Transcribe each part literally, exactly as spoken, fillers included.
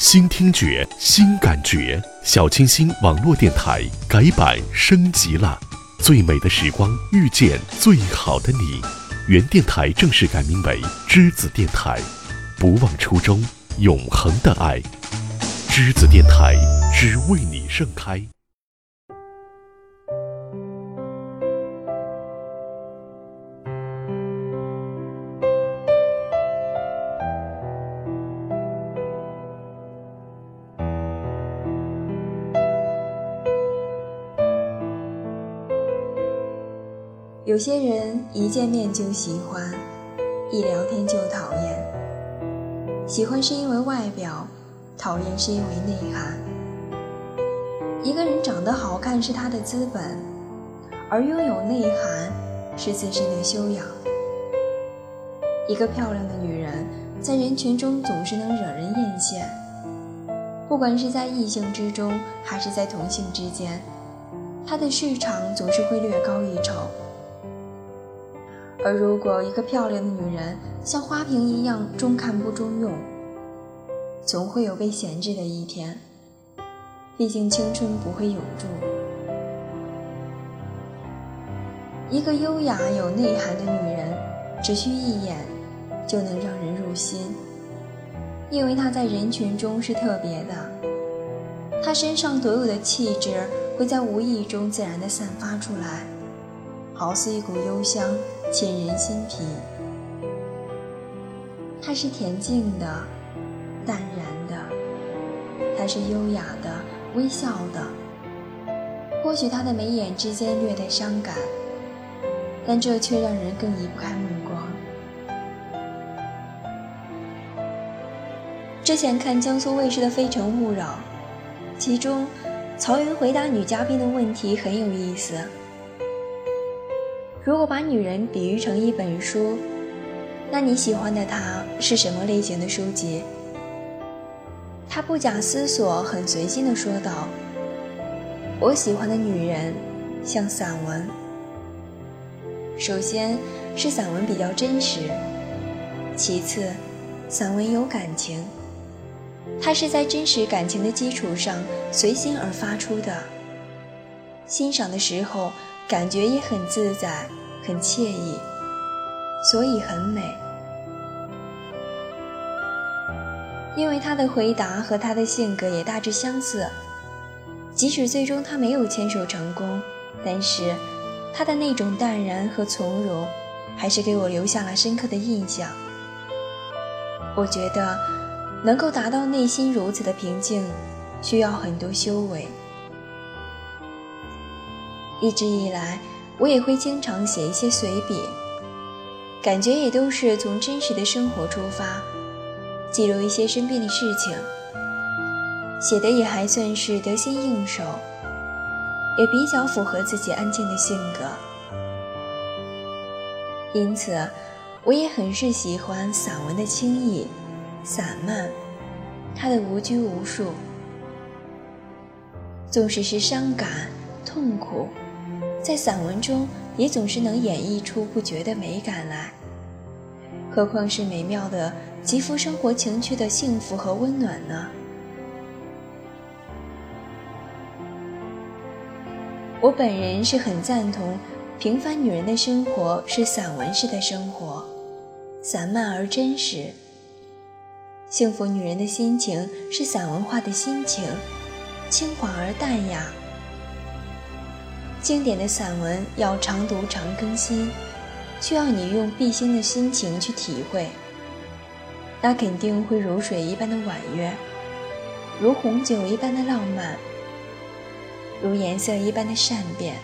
新听觉，新感觉，小清新网络电台改版升级了。最美的时光遇见最好的你，原电台正式改名为栀子电台，不忘初衷，永恒的爱。栀子电台，只为你盛开。 有些人一见面就喜欢，一聊天就讨厌。喜欢是因为外表，讨厌是因为内涵。一个人长得好看是他的资本，而拥有内涵是自身的修养。一个漂亮的女人在人群中总是能惹人艳羡，不管是在异性之中还是在同性之间，她的市场总是会略高一筹。而如果一个漂亮的女人像花瓶一样中看不中用，总会有被闲置的一天，毕竟青春不会永驻。一个优雅有内涵的女人，只需一眼就能让人入心，因为她在人群中是特别的，她身上独有的气质会在无意中自然地散发出来，好似一股幽香，沁人心脾。她是恬静的，淡然的，她是优雅的，微笑的。或许她的眉眼之间略带伤感，但这却让人更移不开目光。之前看江苏卫视的《非诚勿扰》，其中曹云回答女嘉宾的问题很有意思。如果把女人比喻成一本书，那你喜欢的她是什么类型的书籍？她不假思索，很随心地说道：我喜欢的女人像散文。首先是散文比较真实，其次散文有感情，它是在真实感情的基础上随心而发出的，欣赏的时候感觉也很自在，很惬意，所以很美。因为他的回答和他的性格也大致相似，即使最终他没有牵手成功，但是他的那种淡然和从容还是给我留下了深刻的印象。我觉得能够达到内心如此的平静，需要很多修为。一直以来我也会经常写一些随笔，感觉也都是从真实的生活出发，记录一些身边的事情，写的也还算是得心应手，也比较符合自己安静的性格。因此我也很是喜欢散文的轻易散漫，它的无拘无束，纵使是伤感痛苦，在散文中也总是能演绎出不觉的美感来，何况是美妙的极富生活情趣的幸福和温暖呢？我本人是很赞同平凡女人的生活是散文式的生活，散漫而真实。幸福女人的心情是散文化的心情，轻缓而淡雅。经典的散文要常读常更新，需要你用毕生的心情去体会，那肯定会如水一般的婉约，如红酒一般的浪漫，如颜色一般的善变。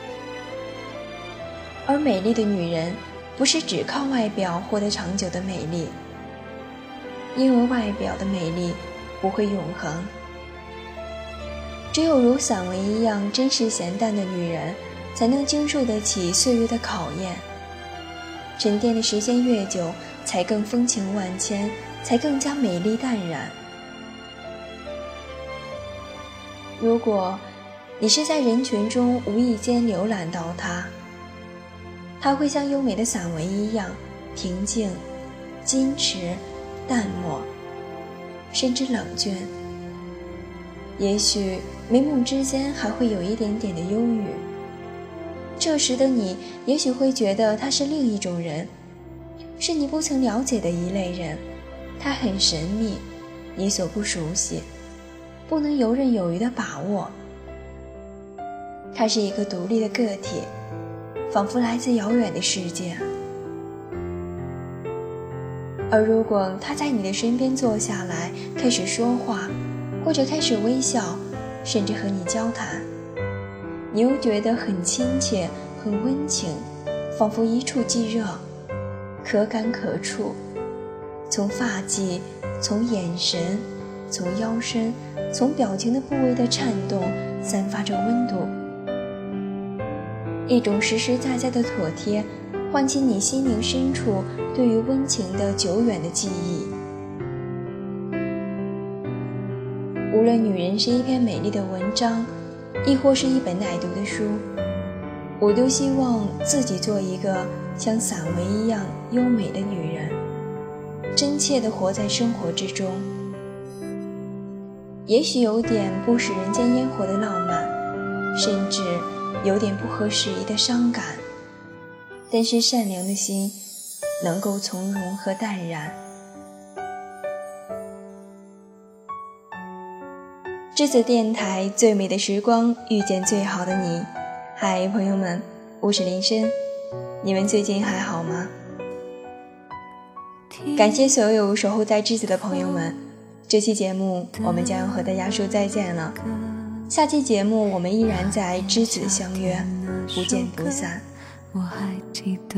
而美丽的女人不是只靠外表获得长久的美丽，因为外表的美丽不会永恒。只有如散文一样真实闲淡的女人，才能经受得起岁月的考验，沉淀的时间越久，才更风情万千，才更加美丽淡然。如果你是在人群中无意间浏览到她，她会像优美的散文一样平静、矜持、淡漠， 甚至冷峻。也许眉目之间还会有一点点的忧郁。这时的你也许会觉得他是另一种人，是你不曾了解的一类人，他很神秘，你所不熟悉，不能游刃有余地把握。他是一个独立的个体，仿佛来自遥远的世界。而如果他在你的身边坐下来，开始说话，或者开始微笑，甚至和你交谈，你又觉得很亲切，很温情，仿佛一触即热，可感可触。从发髻，从眼神，从腰身，从表情的部位的颤动，散发着温度。一种实实在在的妥帖，唤起你心灵深处对于温情的久远的记忆。无论女人是一篇美丽的文章，亦或是一本耐读的书，我都希望自己做一个像散文一样优美的女人，真切地活在生活之中。也许有点不食人间烟火的浪漫，甚至有点不合时宜的伤感，但是善良的心能够从容和淡然。栀子电台，最美的时光遇见最好的你。嗨，朋友们，我是林深，你们最近还好吗？感谢所有守候在栀子的朋友们，这期节目我们将要和大家说再见了。下期节目我们依然在栀子相约，不见不散。 我还记得，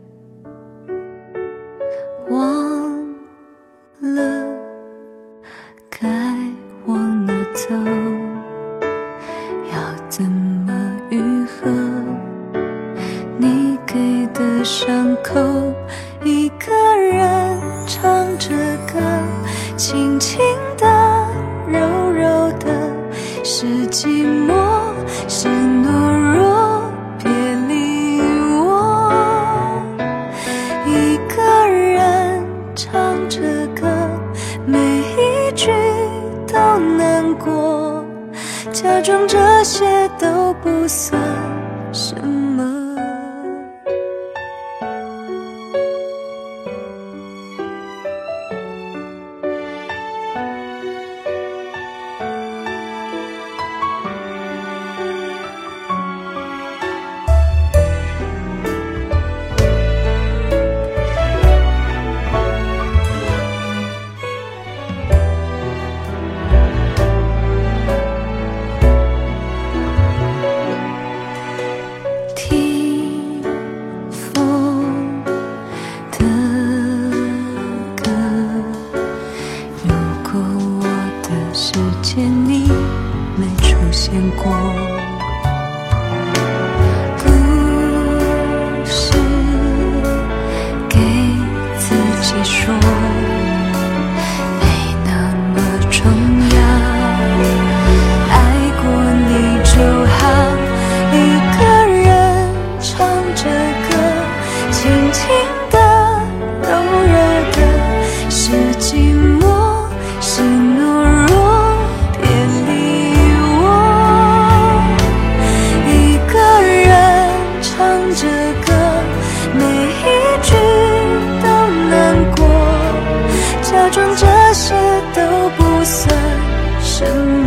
忘了该往哪走，要怎么愈合你给的伤口。一个人唱着歌，轻轻的，柔柔的，是寂寞，是懦弱，别理我。一个人唱着歌，每一句都难过，假装这些都不算什么。你没出现过，故事给自己说，没那么重要。爱过你就好，一个人唱着歌，轻轻的，柔柔的，是寂寞，是懦弱。假装这些都不算什么。